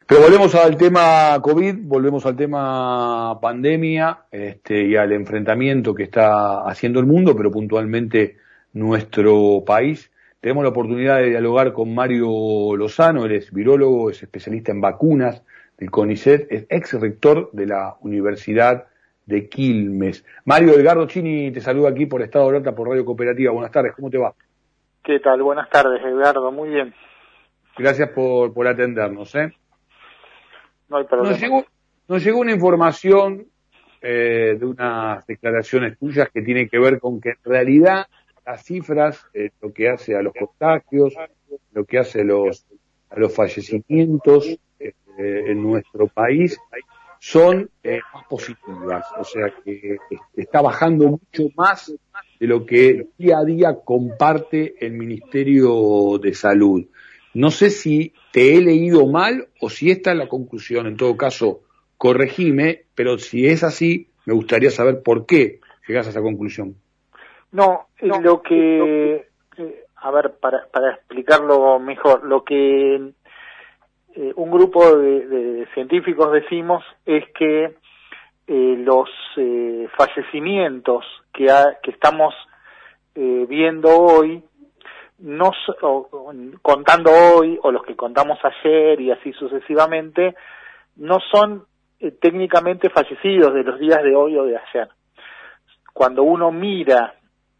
Pero volvemos al tema COVID, volvemos al tema pandemia, y al enfrentamiento que está haciendo el mundo, pero puntualmente nuestro país. Tenemos la oportunidad de dialogar con Mario Lozano. Él es virólogo, es especialista en vacunas del CONICET, es ex rector de la Universidad de Quilmes. Mario, Edgardo Chini te saluda aquí por Estado de Alerta por Radio Cooperativa. Buenas tardes, ¿cómo te va? ¿Qué tal? Buenas tardes, Edgardo, muy bien. Gracias por atendernos, No hay problema. Nos llegó una información de unas declaraciones tuyas que tiene que ver con que en realidad las cifras, lo que hace a los contagios, lo que hace a los fallecimientos en nuestro país, son más positivas. O sea que está bajando mucho más de lo que día a día comparte el Ministerio de Salud. No sé si te he leído mal o si esta es la conclusión. En todo caso, corregime, pero si es así, me gustaría saber por qué llegas a esa conclusión. Lo que, a ver, para explicarlo mejor, lo que un grupo de científicos decimos es que los fallecimientos que estamos viendo hoy, contando hoy, o los que contamos ayer y así sucesivamente, no son técnicamente fallecidos de los días de hoy o de ayer. Cuando uno mira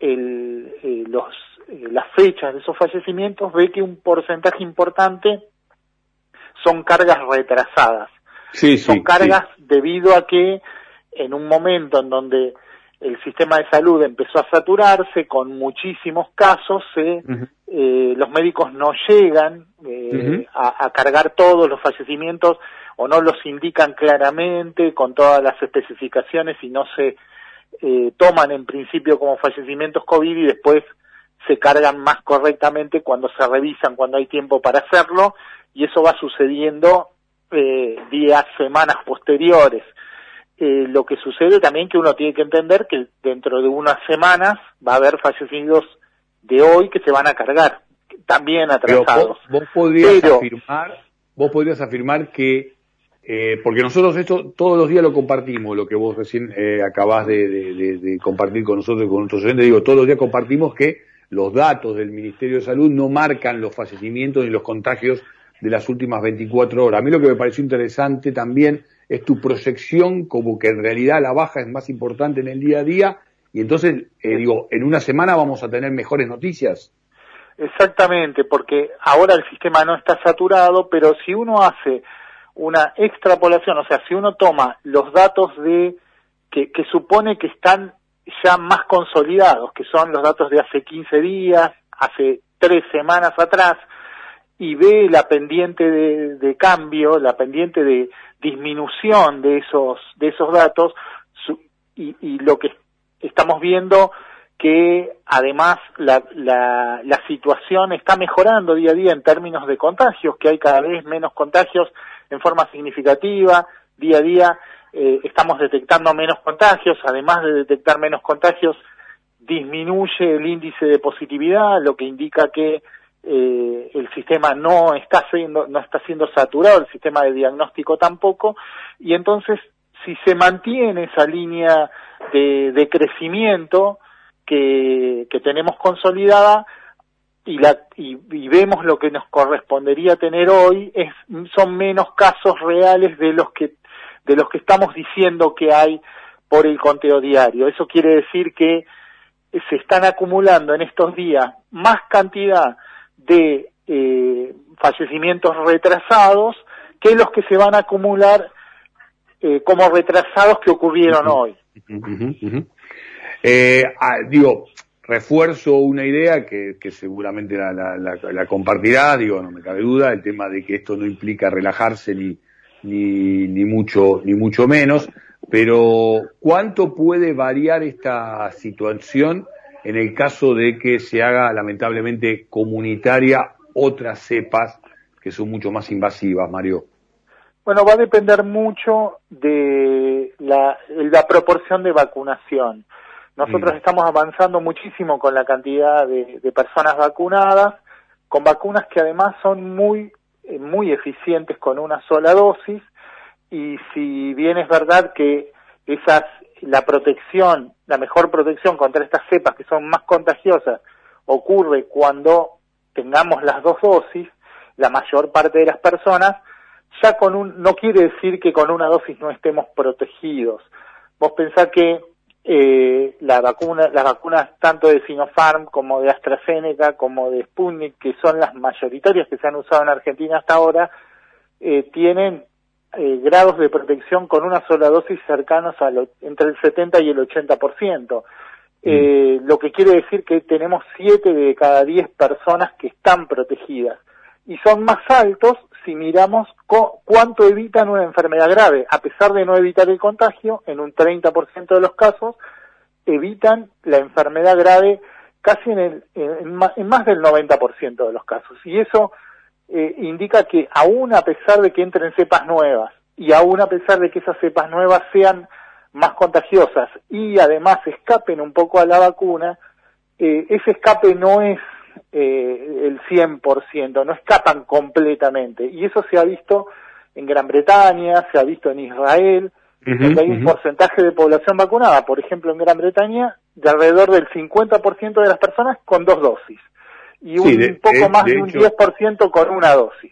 las fechas de esos fallecimientos, ve que un porcentaje importante son cargas retrasadas. Son cargas debido a que en un momento en donde el sistema de salud empezó a saturarse con muchísimos casos, los médicos no llegan a cargar todos los fallecimientos, o no los indican claramente con todas las especificaciones, y no se toman en principio como fallecimientos COVID, y después se cargan más correctamente cuando se revisan, cuando hay tiempo para hacerlo, y eso va sucediendo días, semanas posteriores. Lo que sucede también que uno tiene que entender que dentro de unas semanas va a haber fallecidos de hoy que se van a cargar, también atrasados. Vos podrías afirmar que, porque nosotros esto todos los días lo compartimos, lo que vos recién acabás de compartir con nosotros y con otros oyentes, digo, todos los días compartimos que los datos del Ministerio de Salud no marcan los fallecimientos ni los contagios de las últimas 24 horas. A mí lo que me pareció interesante también es tu proyección, como que en realidad la baja es más importante en el día a día, y entonces, en una semana vamos a tener mejores noticias. Exactamente, porque ahora el sistema no está saturado, pero si uno hace una extrapolación, o sea, si uno toma los datos que supone que están ya más consolidados, que son los datos de hace 15 días, hace 3 semanas atrás, y ve la pendiente de cambio, la pendiente de disminución de esos datos, y lo que estamos viendo que además la situación está mejorando día a día en términos de contagios, que hay cada vez menos contagios en forma significativa, día a día estamos detectando menos contagios, además de detectar menos contagios, disminuye el índice de positividad, lo que indica que el sistema no está siendo saturado, el sistema de diagnóstico tampoco, y entonces si se mantiene esa línea de crecimiento que tenemos consolidada y vemos lo que nos correspondería tener hoy, son menos casos reales de los que estamos diciendo que hay por el conteo diario. Eso quiere decir que se están acumulando en estos días más cantidad de fallecimientos retrasados que los que se van a acumular como retrasados que ocurrieron hoy. Refuerzo una idea que seguramente la compartirás, no me cabe duda, el tema de que esto no implica relajarse ni mucho menos, pero ¿cuánto puede variar esta situación en el caso de que se haga lamentablemente comunitaria otras cepas que son mucho más invasivas, Mario? Bueno, va a depender mucho de la proporción de vacunación. Nosotros estamos avanzando muchísimo con la cantidad de personas vacunadas, con vacunas que además son muy muy eficientes con una sola dosis, y si bien es verdad que la mejor protección contra estas cepas que son más contagiosas ocurre cuando tengamos las dos dosis, la mayor parte de las personas, ya no quiere decir que con una dosis no estemos protegidos. Vos pensás que las vacunas tanto de Sinopharm como de AstraZeneca como de Sputnik, que son las mayoritarias que se han usado en Argentina hasta ahora, tienen grados de protección con una sola dosis cercanos entre el 70 y el 80%. Lo que quiere decir que tenemos 7 de cada 10 personas que están protegidas. Y son más altos si miramos cuánto evitan una enfermedad grave. A pesar de no evitar el contagio, en un 30% de los casos, evitan la enfermedad grave casi en más del 90% de los casos. Y eso indica que aún a pesar de que entren cepas nuevas, y aún a pesar de que esas cepas nuevas sean más contagiosas y además escapen un poco a la vacuna, ese escape no es el 100%, no escapan completamente, y eso se ha visto en Gran Bretaña, se ha visto en Israel, donde hay un porcentaje de población vacunada, por ejemplo en Gran Bretaña, de alrededor del 50% de las personas con 2 dosis, y un poco más de un 10% con una dosis.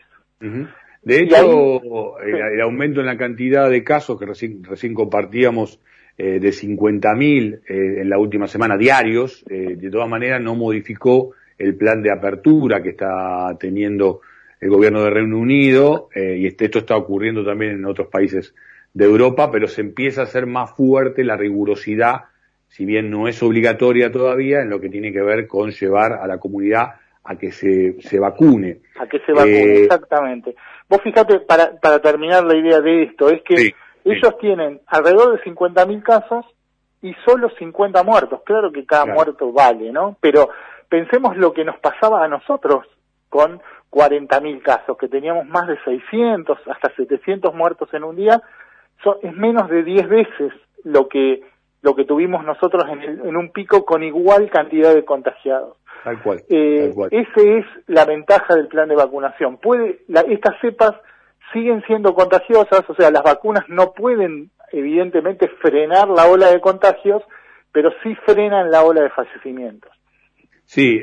De hecho, el aumento en la cantidad de casos que recién compartíamos, de 50.000 en la última semana diarios, de todas maneras no modificó el plan de apertura que está teniendo el gobierno de Reino Unido, y esto está ocurriendo también en otros países de Europa, pero se empieza a hacer más fuerte la rigurosidad, si bien no es obligatoria todavía, en lo que tiene que ver con llevar a la comunidad a que se vacune. A que se vacune, exactamente. Vos fíjate, para terminar la idea de esto, es que ellos tienen alrededor de 50.000 casos y solo 50 muertos. Claro que cada muerto vale, ¿no? Pero pensemos lo que nos pasaba a nosotros con 40.000 casos, que teníamos más de 600, hasta 700 muertos en un día. Es menos de 10 veces lo que tuvimos nosotros en un pico con igual cantidad de contagiados. Tal cual. Esa es la ventaja del plan de vacunación. Estas cepas siguen siendo contagiosas, o sea, las vacunas no pueden evidentemente frenar la ola de contagios, pero sí frenan la ola de fallecimientos. Sí,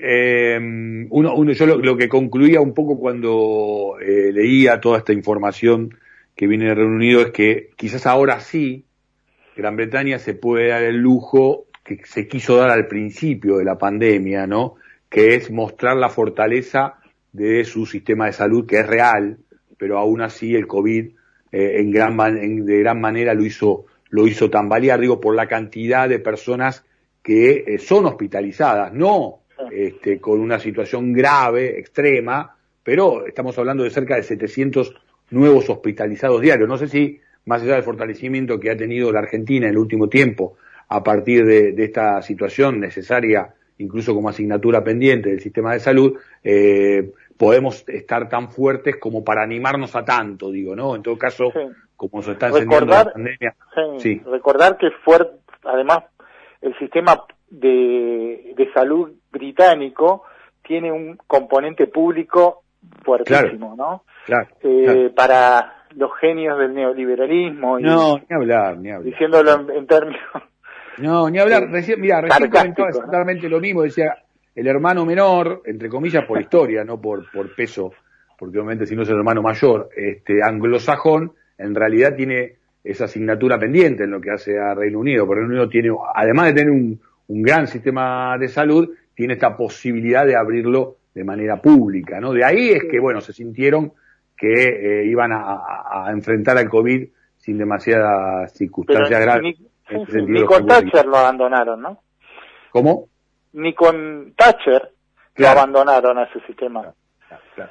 yo lo que concluía un poco cuando leía toda esta información que viene de Reino Unido es que quizás ahora sí Gran Bretaña se puede dar el lujo que se quiso dar al principio de la pandemia, ¿no? Que es mostrar la fortaleza de su sistema de salud, que es real, pero aún así el COVID de gran manera lo hizo tambalear, digo, por la cantidad de personas que son hospitalizadas, no con una situación grave, extrema, pero estamos hablando de cerca de 700 nuevos hospitalizados diarios. No sé si, más allá del fortalecimiento que ha tenido la Argentina en el último tiempo, a partir de esta situación necesaria, incluso como asignatura pendiente del sistema de salud, podemos estar tan fuertes como para animarnos a tanto, digo, ¿no? En todo caso, como se está encendiendo la pandemia. Recordar que además, el sistema de salud británico tiene un componente público fuertísimo, ¿no? Claro. Para los genios del neoliberalismo. No, ni hablar. Diciéndolo en términos... No, ni hablar. Recién comentaba exactamente lo mismo. Decía, el hermano menor, entre comillas, por historia, no por peso, porque obviamente si no es el hermano mayor, anglosajón, en realidad tiene esa asignatura pendiente en lo que hace a Reino Unido. Porque Reino Unido tiene, además de tener un gran sistema de salud, tiene esta posibilidad de abrirlo de manera pública, ¿no? De ahí es que, bueno, se sintieron que iban a enfrentar al COVID sin demasiadas circunstancias graves. Ni con Thatcher lo abandonaron, ¿no? ¿Cómo? Ni con Thatcher lo abandonaron a ese sistema. Claro.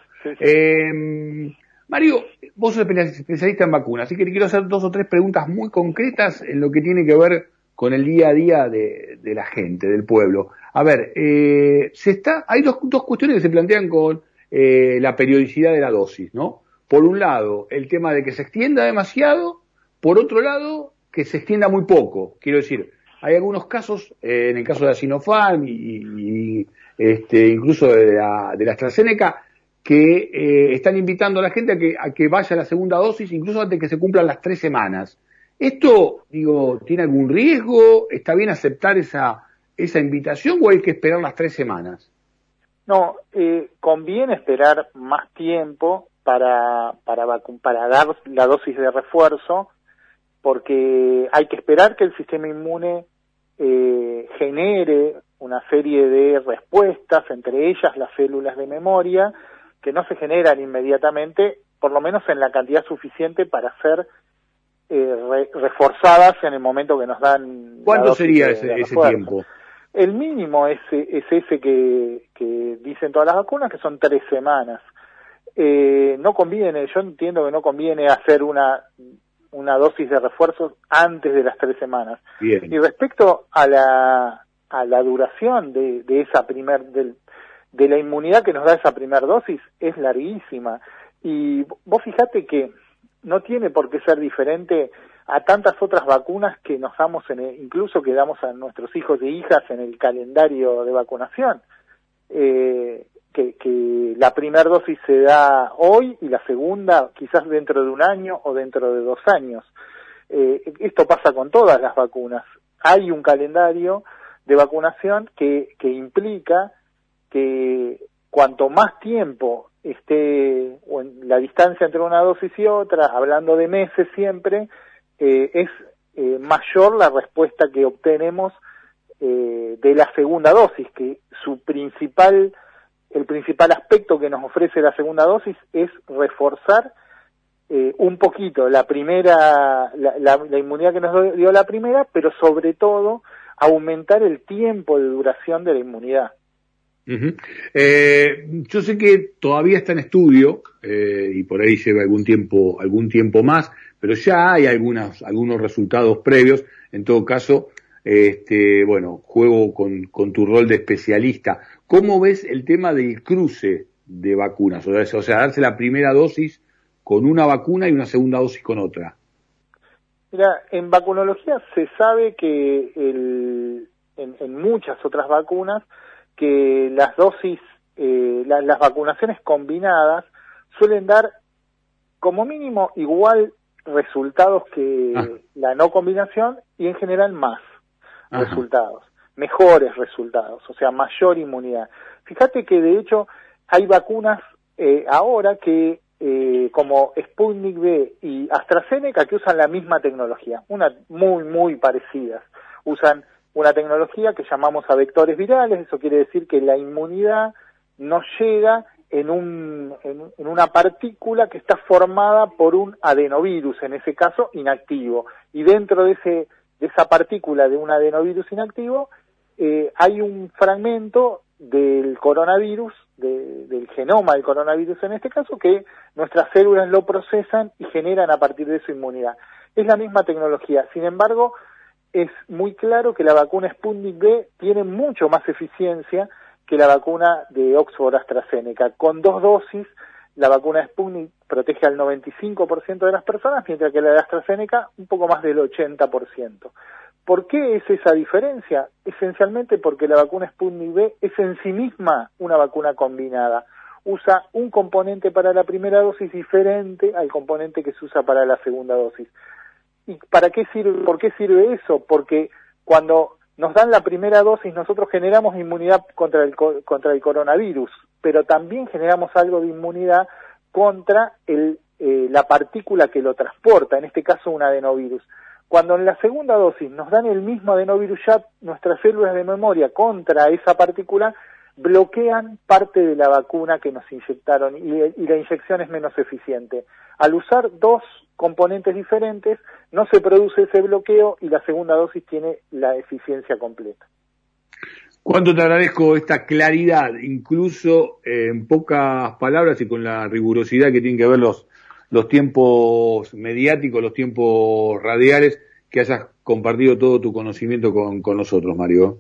Mario, vos sos especialista en vacunas, así que te quiero hacer 2 o 3 preguntas muy concretas en lo que tiene que ver con el día a día de la gente, del pueblo. A ver, hay dos cuestiones que se plantean con la periodicidad de la dosis, ¿no? Por un lado, el tema de que se extienda demasiado, por otro lado, que se extienda muy poco. Quiero decir, hay algunos casos, en el caso de la Sinopharm y incluso de la AstraZeneca, que están invitando a la gente a que vaya a la segunda dosis, incluso antes que se cumplan las 3 semanas. ¿Esto, digo, tiene algún riesgo? ¿Está bien aceptar esa invitación o hay que esperar las 3 semanas? No, conviene esperar más tiempo para dar la dosis de refuerzo, porque hay que esperar que el sistema inmune genere una serie de respuestas, entre ellas las células de memoria, que no se generan inmediatamente, por lo menos en la cantidad suficiente para ser reforzadas en el momento que nos dan. ¿Cuánto sería ese tiempo? El mínimo es ese que dicen todas las vacunas, que son 3 semanas. No conviene, yo entiendo que no conviene hacer una dosis de refuerzos antes de las 3 semanas. Bien. Y respecto a la duración de esa de la inmunidad que nos da esa primera dosis, es larguísima. Y vos fijate que no tiene por qué ser diferente a tantas otras vacunas que nos damos, incluso que damos a nuestros hijos e hijas en el calendario de vacunación. Que la primera dosis se da hoy y la segunda quizás dentro de 1 año o dentro de 2 años. Esto pasa con todas las vacunas. Hay un calendario de vacunación que implica que cuanto más tiempo esté o en la distancia entre una dosis y otra, hablando de meses siempre, es mayor la respuesta que obtenemos de la segunda dosis, que el principal aspecto que nos ofrece la segunda dosis es reforzar un poquito la inmunidad que nos dio la primera, pero sobre todo aumentar el tiempo de duración de la inmunidad. Uh-huh. Yo sé que todavía está en estudio y por ahí lleva algún tiempo más, pero ya hay algunos resultados previos. En todo caso, juego con tu rol de especialista. ¿Cómo ves el tema del cruce de vacunas? O sea, darse la primera dosis con una vacuna y una segunda dosis con otra. Mira, en vacunología se sabe que en muchas otras vacunas que las dosis, las vacunaciones combinadas suelen dar como mínimo igual resultados que la no combinación y en general más resultados, mejores resultados, o sea, mayor inmunidad. Fíjate que de hecho hay vacunas ahora que como Sputnik V y AstraZeneca que usan la misma tecnología, una muy parecidas. Usan una tecnología que llamamos a vectores virales, eso quiere decir que la inmunidad nos llega en una partícula que está formada por un adenovirus, en ese caso inactivo, y dentro de esa partícula de un adenovirus inactivo hay un fragmento del coronavirus, del genoma del coronavirus en este caso, que nuestras células lo procesan y generan a partir de eso inmunidad. Es la misma tecnología, sin embargo, es muy claro que la vacuna Sputnik V tiene mucho más eficiencia que la vacuna de Oxford AstraZeneca. Con 2 dosis, la vacuna Sputnik protege al 95% de las personas, mientras que la de AstraZeneca un poco más del 80%. ¿Por qué es esa diferencia? Esencialmente porque la vacuna Sputnik V es en sí misma una vacuna combinada. Usa un componente para la primera dosis diferente al componente que se usa para la segunda dosis. ¿Y para qué sirve? ¿Por qué sirve eso? Porque cuando nos dan la primera dosis nosotros generamos inmunidad contra el coronavirus, pero también generamos algo de inmunidad contra la partícula que lo transporta, en este caso un adenovirus. Cuando en la segunda dosis nos dan el mismo adenovirus, ya nuestras células de memoria contra esa partícula bloquean parte de la vacuna que nos inyectaron y la inyección es menos eficiente. Al usar 2 componentes diferentes, no se produce ese bloqueo y la segunda dosis tiene la eficiencia completa. Cuánto te agradezco esta claridad, incluso en pocas palabras y con la rigurosidad que tienen que ver los tiempos mediáticos, los tiempos radiales, que hayas compartido todo tu conocimiento con nosotros, Mario.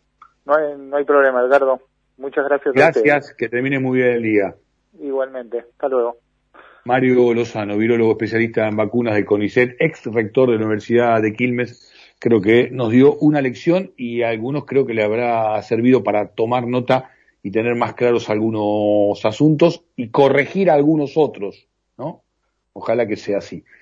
No hay problema, Edgardo. Muchas gracias. Gracias, que termine muy bien el día. Igualmente, hasta luego. Mario Lozano, virólogo especialista en vacunas de CONICET, ex rector de la Universidad de Quilmes, creo que nos dio una lección y a algunos creo que le habrá servido para tomar nota y tener más claros algunos asuntos y corregir algunos otros, ¿no? Ojalá que sea así.